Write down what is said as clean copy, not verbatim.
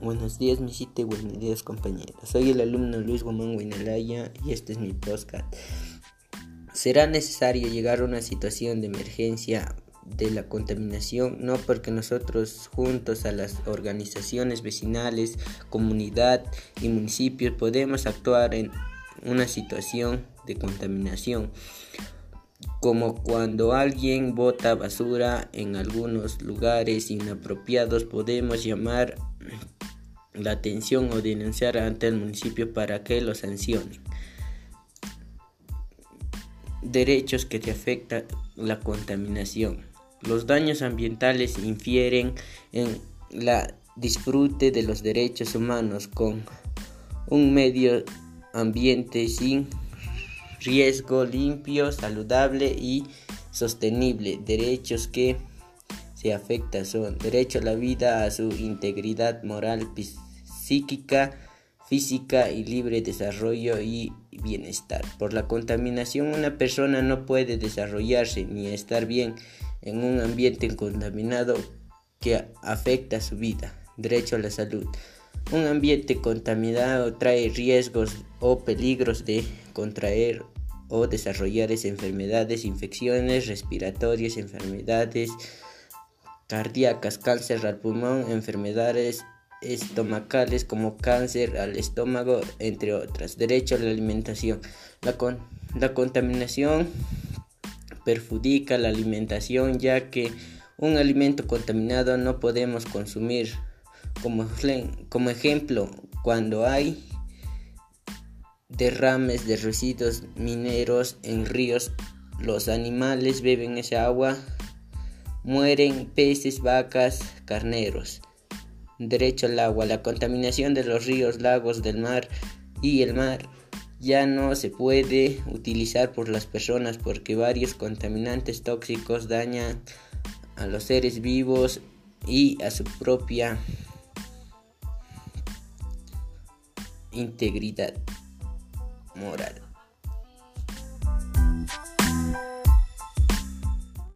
Buenos días, Misita, y buenos días, compañeros. Soy el alumno Luis Guamán Guinalaya y este es mi podcast. Será necesario llegar a una situación de emergencia de la contaminación, no porque nosotros juntos a las organizaciones vecinales, comunidad y municipios podemos actuar en una situación de contaminación, como cuando alguien bota basura en algunos lugares inapropiados. Podemos llamar la atención o denunciar ante el municipio para que lo sancione. Derechos que te afecta la contaminación. Los daños ambientales infieren en la disfrute de los derechos humanos con un medio ambiente sin riesgo, limpio, saludable y sostenible. Derechos que se afectan son derecho a la vida, a su integridad moral, psíquica, física y libre desarrollo y bienestar. Por la contaminación, una persona no puede desarrollarse ni estar bien en un ambiente contaminado que afecta su vida. Derecho a la salud. Un ambiente contaminado trae riesgos o peligros de contraer o desarrollar enfermedades, infecciones respiratorias, enfermedades cardíacas, cáncer al pulmón, enfermedades estomacales como cáncer al estómago, entre otras. Derecho a la alimentación. La contaminación perjudica la alimentación, ya que un alimento contaminado no podemos consumir. Como ejemplo, cuando hay derrames de residuos mineros en ríos, los animales beben esa agua, mueren peces, vacas, carneros. Derecho al agua. La contaminación de los ríos, lagos, del mar y el mar ya no se puede utilizar por las personas porque varios contaminantes tóxicos dañan a los seres vivos y a su propia integridad moral.